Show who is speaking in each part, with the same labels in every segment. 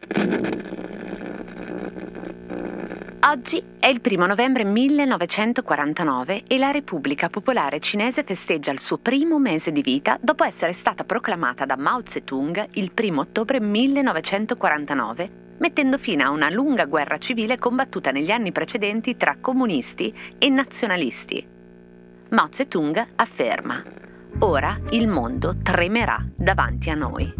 Speaker 1: Oggi è il 1 novembre 1949 e la Repubblica Popolare Cinese festeggia il suo primo mese di vita dopo essere stata proclamata da Mao Zedong il 1 ottobre 1949, mettendo fine a una lunga guerra civile combattuta negli anni precedenti tra comunisti e nazionalisti. Mao Zedong afferma: «Ora il mondo tremerà davanti a noi».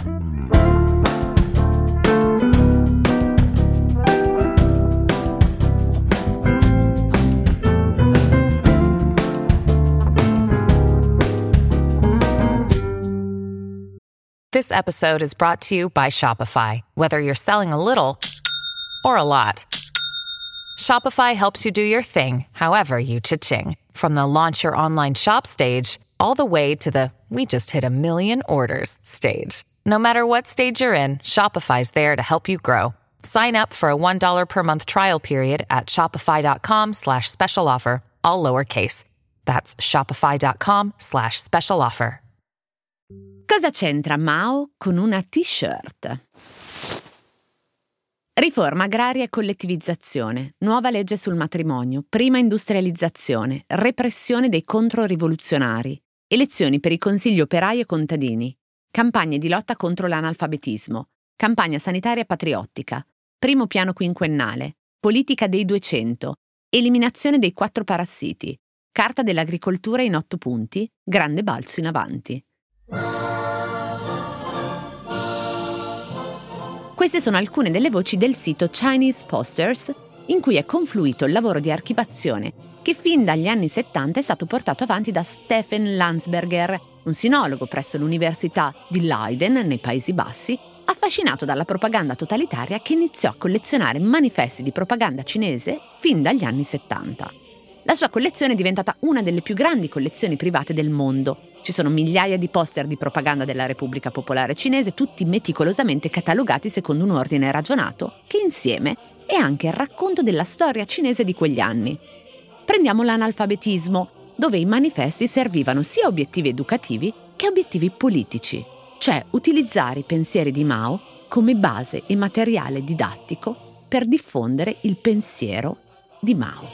Speaker 2: This episode is brought to you by Shopify. Whether you're selling a little or a lot, Shopify helps you do your thing, however you cha-ching. From the launch your online shop stage, all the way to the we just hit 1 million orders stage. No matter what stage you're in, Shopify's there to help you grow. Sign up for a $1 per month trial period at shopify.com/special offer, all lowercase. That's shopify.com/special offer.
Speaker 1: Cosa c'entra Mao con una t-shirt? Riforma agraria e collettivizzazione, nuova legge sul matrimonio, prima industrializzazione, repressione dei controrivoluzionari, elezioni per i consigli operai e contadini, campagne di lotta contro l'analfabetismo, campagna sanitaria patriottica, primo piano quinquennale, politica dei 200, eliminazione dei 4 parassiti, carta dell'agricoltura in 8 punti, grande balzo in avanti. Queste sono alcune delle voci del sito Chinese Posters, in cui è confluito il lavoro di archivazione che fin dagli anni 70 è stato portato avanti da Stefan Landsberger, un sinologo presso l'Università di Leiden, nei Paesi Bassi, affascinato dalla propaganda totalitaria che iniziò a collezionare manifesti di propaganda cinese fin dagli anni 70. La sua collezione è diventata una delle più grandi collezioni private del mondo. Ci sono migliaia di poster di propaganda della Repubblica Popolare Cinese, tutti meticolosamente catalogati secondo un ordine ragionato, che insieme è anche il racconto della storia cinese di quegli anni. Prendiamo l'analfabetismo, dove i manifesti servivano sia a obiettivi educativi che a obiettivi politici, cioè utilizzare i pensieri di Mao come base e materiale didattico per diffondere il pensiero di Mao.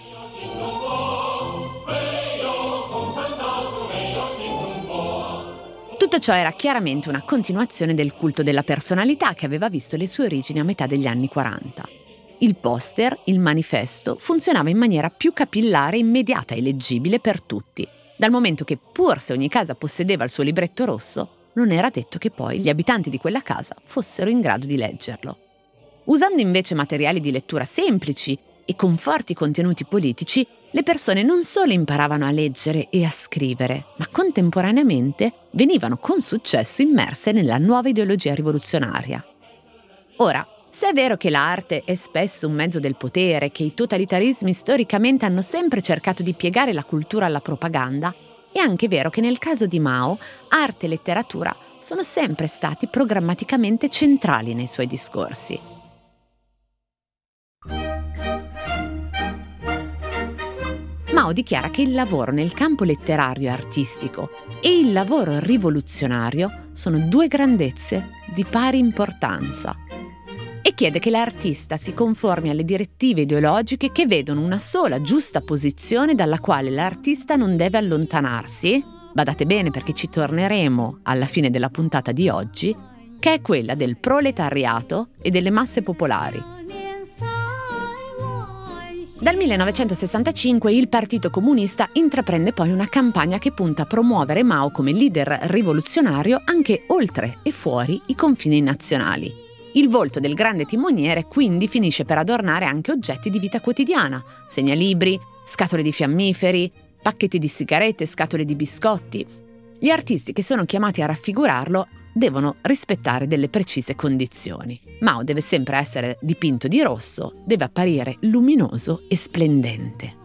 Speaker 1: Tutto ciò era chiaramente una continuazione del culto della personalità che aveva visto le sue origini a metà degli anni 40. Il poster, il manifesto, funzionava in maniera più capillare, immediata e leggibile per tutti, dal momento che, pur se ogni casa possedeva il suo libretto rosso, non era detto che poi gli abitanti di quella casa fossero in grado di leggerlo. Usando invece materiali di lettura semplici e con forti contenuti politici, le persone non solo imparavano a leggere e a scrivere, ma contemporaneamente venivano con successo immerse nella nuova ideologia rivoluzionaria. Ora, se è vero che l'arte è spesso un mezzo del potere, che i totalitarismi storicamente hanno sempre cercato di piegare la cultura alla propaganda, è anche vero che nel caso di Mao, arte e letteratura sono sempre stati programmaticamente centrali nei suoi discorsi. Mao dichiara che il lavoro nel campo letterario e artistico e il lavoro rivoluzionario sono 2 grandezze di pari importanza e chiede che l'artista si conformi alle direttive ideologiche che vedono una sola giusta posizione dalla quale l'artista non deve allontanarsi, badate bene perché ci torneremo alla fine della puntata di oggi, che è quella del proletariato e delle masse popolari. Dal 1965 il Partito Comunista intraprende poi una campagna che punta a promuovere Mao come leader rivoluzionario anche oltre e fuori i confini nazionali. Il volto del grande timoniere quindi finisce per adornare anche oggetti di vita quotidiana, segnalibri, scatole di fiammiferi, pacchetti di sigarette, scatole di biscotti. Gli artisti che sono chiamati a raffigurarlo devono rispettare delle precise condizioni. Mao deve sempre essere dipinto di rosso, deve apparire luminoso e splendente.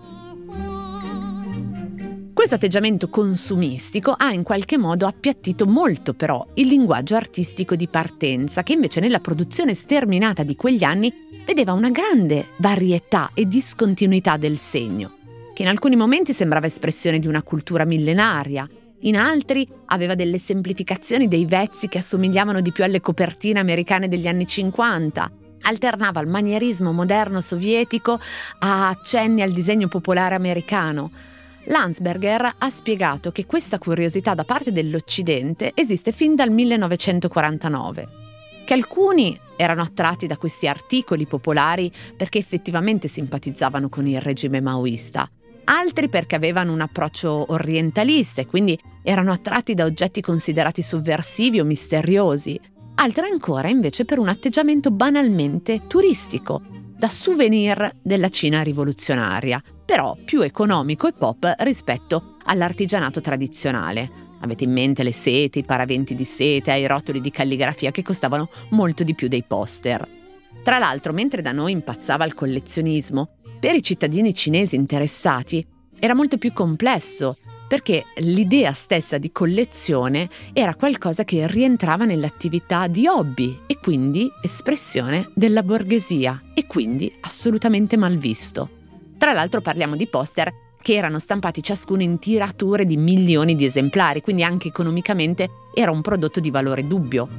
Speaker 1: Questo atteggiamento consumistico ha in qualche modo appiattito molto però il linguaggio artistico di partenza, che invece nella produzione sterminata di quegli anni vedeva una grande varietà e discontinuità del segno, che in alcuni momenti sembrava espressione di una cultura millenaria, In altri aveva delle semplificazioni dei vezzi che assomigliavano di più alle copertine americane degli anni 50. Alternava il manierismo moderno sovietico a accenni al disegno popolare americano. Landsberger ha spiegato che questa curiosità da parte dell'Occidente esiste fin dal 1949, che alcuni erano attratti da questi articoli popolari perché effettivamente simpatizzavano con il regime maoista, altri perché avevano un approccio orientalista e quindi erano attratti da oggetti considerati sovversivi o misteriosi, altri ancora invece per un atteggiamento banalmente turistico, da souvenir della Cina rivoluzionaria, però più economico e pop rispetto all'artigianato tradizionale. Avete in mente le sete, i paraventi di seta e i rotoli di calligrafia che costavano molto di più dei poster. Tra l'altro, mentre da noi impazzava il collezionismo, per i cittadini cinesi interessati era molto più complesso, perché l'idea stessa di collezione era qualcosa che rientrava nell'attività di hobby e quindi espressione della borghesia e quindi assolutamente mal visto. Tra l'altro parliamo di poster che erano stampati ciascuno in tirature di milioni di esemplari, quindi anche economicamente era un prodotto di valore dubbio.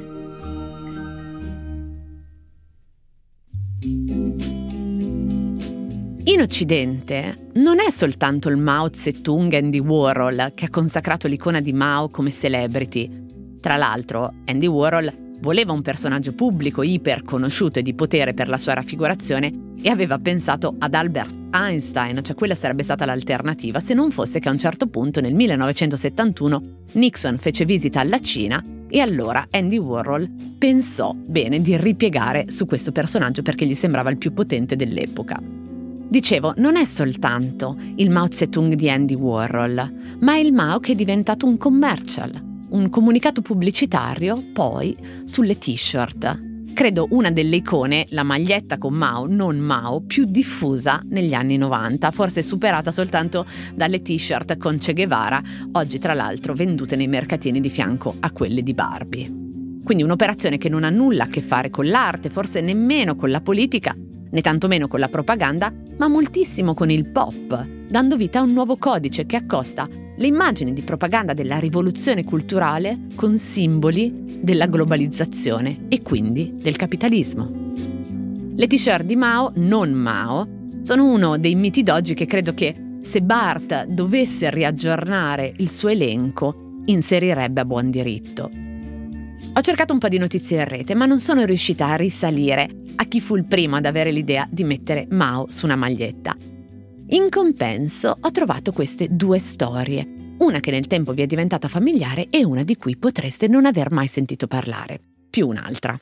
Speaker 1: In Occidente non è soltanto il Mao Zedong Andy Warhol che ha consacrato l'icona di Mao come celebrity. Tra l'altro, Andy Warhol voleva un personaggio pubblico iper conosciuto e di potere per la sua raffigurazione e aveva pensato ad Albert Einstein, cioè quella sarebbe stata l'alternativa, se non fosse che a un certo punto nel 1971 Nixon fece visita alla Cina e allora Andy Warhol pensò bene di ripiegare su questo personaggio perché gli sembrava il più potente dell'epoca. Dicevo, non è soltanto il Mao Zedong di Andy Warhol, ma è il Mao che è diventato un commercial, un comunicato pubblicitario poi sulle t-shirt. Credo una delle icone, la maglietta con Mao, non Mao, più diffusa negli anni 90, forse superata soltanto dalle t-shirt con Che Guevara, oggi tra l'altro vendute nei mercatini di fianco a quelle di Barbie. Quindi un'operazione che non ha nulla a che fare con l'arte, forse nemmeno con la politica, né tantomeno con la propaganda, ma moltissimo con il pop, dando vita a un nuovo codice che accosta le immagini di propaganda della rivoluzione culturale con simboli della globalizzazione e quindi del capitalismo. Le t-shirt di Mao, non Mao, sono uno dei miti d'oggi che credo che se Bart dovesse riaggiornare il suo elenco, inserirebbe a buon diritto. Ho cercato un po' di notizie in rete, ma non sono riuscita a risalire a chi fu il primo ad avere l'idea di mettere Mao su una maglietta. In compenso ho trovato queste due storie, una che nel tempo vi è diventata familiare e una di cui potreste non aver mai sentito parlare, più un'altra.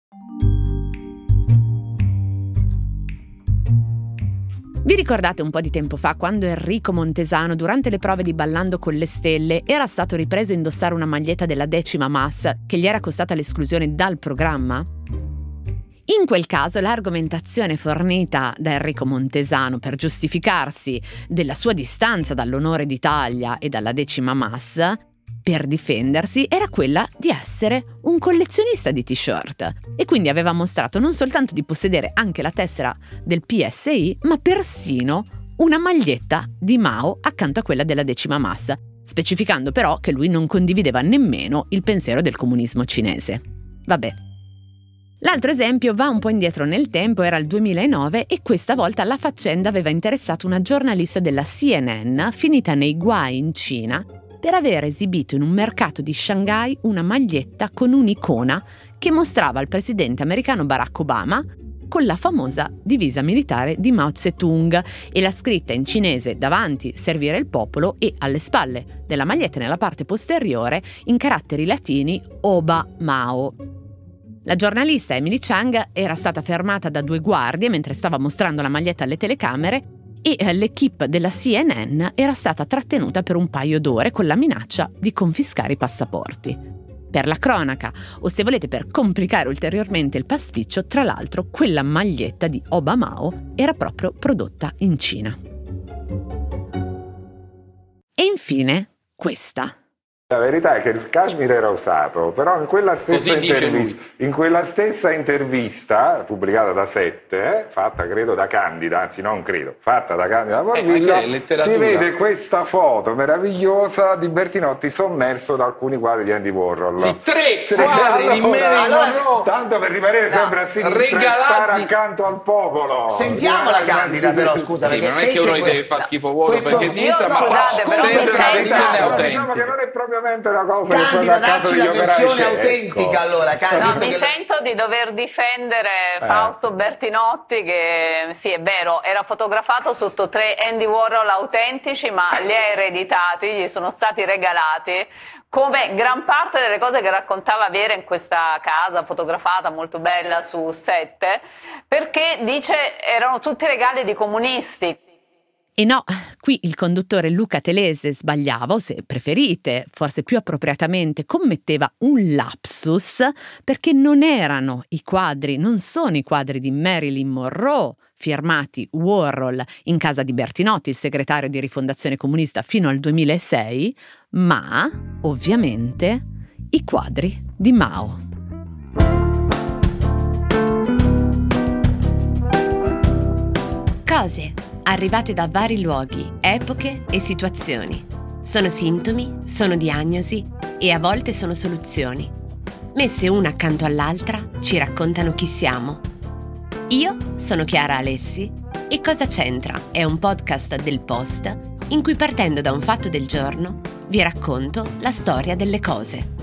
Speaker 1: Vi ricordate un po' di tempo fa quando Enrico Montesano, durante le prove di Ballando con le Stelle, era stato ripreso a indossare una maglietta della 10ª Mas che gli era costata l'esclusione dal programma? In quel caso l'argomentazione fornita da Enrico Montesano per giustificarsi della sua distanza dall'onore d'Italia e dalla 10ª Mas, per difendersi, era quella di essere un collezionista di t-shirt e quindi aveva mostrato non soltanto di possedere anche la tessera del PSI, ma persino una maglietta di Mao accanto a quella della 10ª Mas, specificando però che lui non condivideva nemmeno il pensiero del comunismo cinese. Vabbè. L'altro esempio va un po' indietro nel tempo, era il 2009 e questa volta la faccenda aveva interessato una giornalista della CNN finita nei guai in Cina per aver esibito in un mercato di Shanghai una maglietta con un'icona che mostrava il presidente americano Barack Obama con la famosa divisa militare di Mao Zedong e la scritta in cinese davanti servire il popolo e alle spalle della maglietta nella parte posteriore in caratteri latini Oba Mao. La giornalista Emily Chang era stata fermata da 2 guardie mentre stava mostrando la maglietta alle telecamere e l'equipe della CNN era stata trattenuta per un paio d'ore con la minaccia di confiscare i passaporti. Per la cronaca, o se volete per complicare ulteriormente il pasticcio, tra l'altro quella maglietta di Oba Mao era proprio prodotta in Cina. E infine questa.
Speaker 3: La verità è che il cashmere era usato, però in quella stessa intervista pubblicata da 7, fatta credo da Candida, anzi non credo, fatta da Candida Morvillo, si vede questa foto meravigliosa di Bertinotti sommerso da alcuni quadri di Andy Warhol.
Speaker 4: Sì, tre quadri di Marilyn Monroe,
Speaker 3: tanto per rimanere sempre a sinistra e stare accanto al popolo.
Speaker 5: Sentiamo la Candida però, scusa,
Speaker 4: sì, non è che uno deve fare schifo vuoto perché sinistra, ma sempre una versione autentica.
Speaker 3: Diciamo che non è propriamente una cosa
Speaker 5: Candida, dacci la versione autentica, allora.
Speaker 6: No, mi sento di dover difendere Fausto Bertinotti, che sì, è vero, era fotografato sotto 3 Andy Warhol autentici, ma li ha ereditati, gli sono stati regalati, come gran parte delle cose che raccontava Vera in questa casa fotografata molto bella su 7, perché dice erano tutti regali di comunisti.
Speaker 1: E no, qui il conduttore Luca Telese sbagliava, o se preferite, forse più appropriatamente commetteva un lapsus, perché non sono i quadri di Marilyn Monroe firmati Warhol in casa di Bertinotti, il segretario di Rifondazione Comunista fino al 2006, ma ovviamente i quadri di Mao. Cose arrivate da vari luoghi, epoche e situazioni. Sono sintomi, sono diagnosi e a volte sono soluzioni. Messe una accanto all'altra ci raccontano chi siamo. Io sono Chiara Alessi e Cosa c'entra è un podcast del Post in cui, partendo da un fatto del giorno, vi racconto la storia delle cose.